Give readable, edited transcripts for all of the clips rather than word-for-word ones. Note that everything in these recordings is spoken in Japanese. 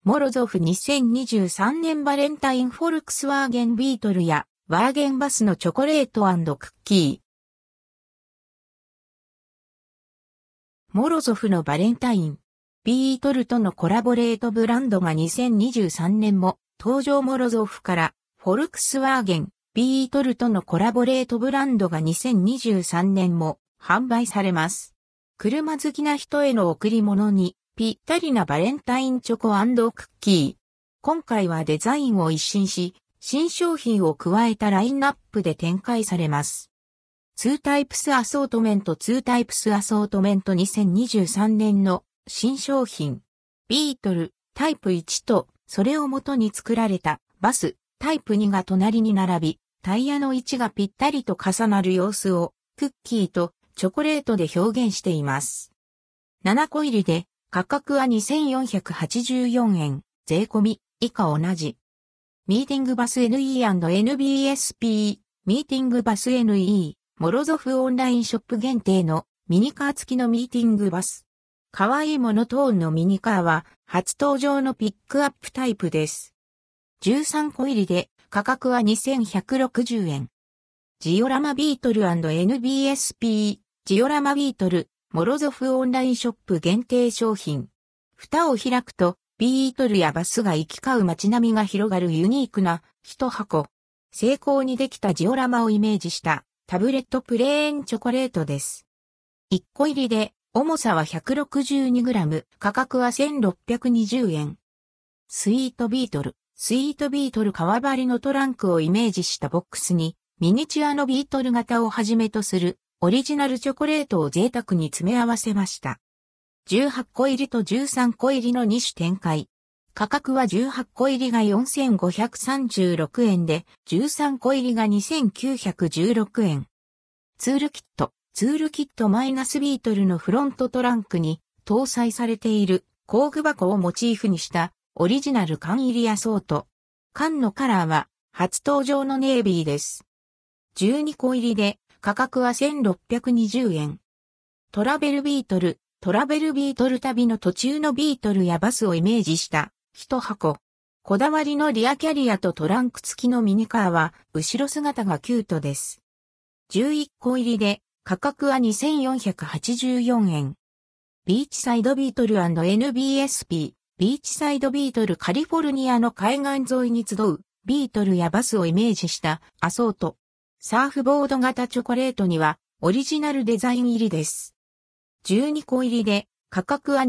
モロゾフ2023年バレンタインフォルクスワーゲンビートルやワーゲンバスのチョコレート&クッキー。モロゾフのバレンタイン。ビートルとのコラボレートブランドが2023年も登場。モロゾフからフォルクスワーゲン、ビートルとのコラボレートブランドが2023年も販売されます。車好きな人への贈り物にぴったりなバレンタインチョコ&クッキー。今回はデザインを一新し、新商品を加えたラインナップで展開されます。2タイプスアソートメント2タイプスアソートメント2023年の新商品。ビートルタイプ1とそれを元に作られたバスタイプ2が隣に並び、タイヤの位置がぴったりと重なる様子をクッキーとチョコレートで表現しています。7個入りで価格は2484円、税込み以下同じ。ミーティングバス NE&NBSP、ミーティングバス NE、モロゾフオンラインショップ限定のミニカー付きのミーティングバス。可愛いモノトーンのミニカーは初登場のピックアップタイプです。13個入りで価格は2160円。ジオラマビートル &NBSP、ジオラマビートル、モロゾフオンラインショップ限定商品。蓋を開くとビートルやバスが行き交う街並みが広がるユニークな一箱。精巧にできたジオラマをイメージしたタブレットプレーンチョコレートです。1個入りで重さは 162g、価格は1620円。スイートビートル。スイートビートル革張りのトランクをイメージしたボックスにミニチュアのビートル型をはじめとするオリジナルチョコレートを贅沢に詰め合わせました。18個入りと13個入りの2種展開。価格は18個入りが4536円で、13個入りが2916円。ツールキット。ツールキットマイナスビートルのフロントトランクに搭載されている工具箱をモチーフにしたオリジナル缶入りアソート。缶のカラーは初登場のネイビーです。12個入りで価格は1620円。トラベルビートル。トラベルビートル旅の途中のビートルやバスをイメージした一箱。こだわりのリアキャリアとトランク付きのミニカーは後ろ姿がキュートです。11個入りで価格は2484円。ビーチサイドビートル &NBSP、ビーチサイドビートルカリフォルニアの海岸沿いに集うビートルやバスをイメージしたアソート。サーフボード型チョコレートにはオリジナルデザイン入りです。12個入りで価格は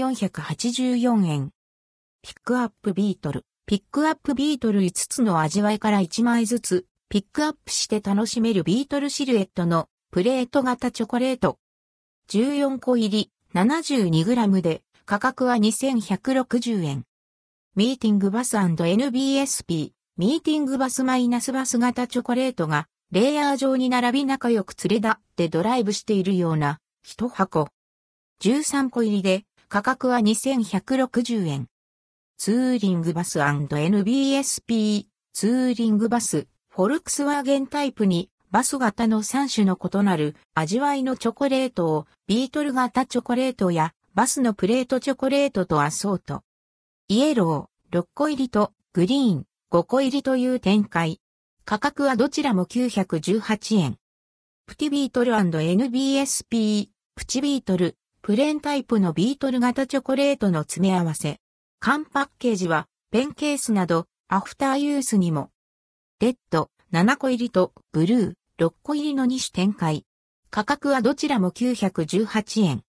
2484円。ピックアップビートル。ピックアップビートル5つの味わいから1枚ずつピックアップして楽しめるビートルシルエットのプレート型チョコレート。14個入り 72g で価格は2160円。ミーティングバス &NBSP ミーティングバスマイナスバス型チョコレートがレイヤー状に並び仲良く連れ立ってドライブしているような一箱。13個入りで価格は2160円。ツーリングバス &NBSP ツーリングバスフォルクスワーゲンタイプにバス型の3種の異なる味わいのチョコレートをビートル型チョコレートやバスのプレートチョコレートとアソート。イエロー6個入りとグリーン5個入りという展開。価格はどちらも918円。プティビートル &NBSP プチビートルプレーンタイプのビートル型チョコレートの詰め合わせ。缶パッケージはペンケースなどアフターユースにも。レッド7個入りとブルー6個入りの2種展開。価格はどちらも918円。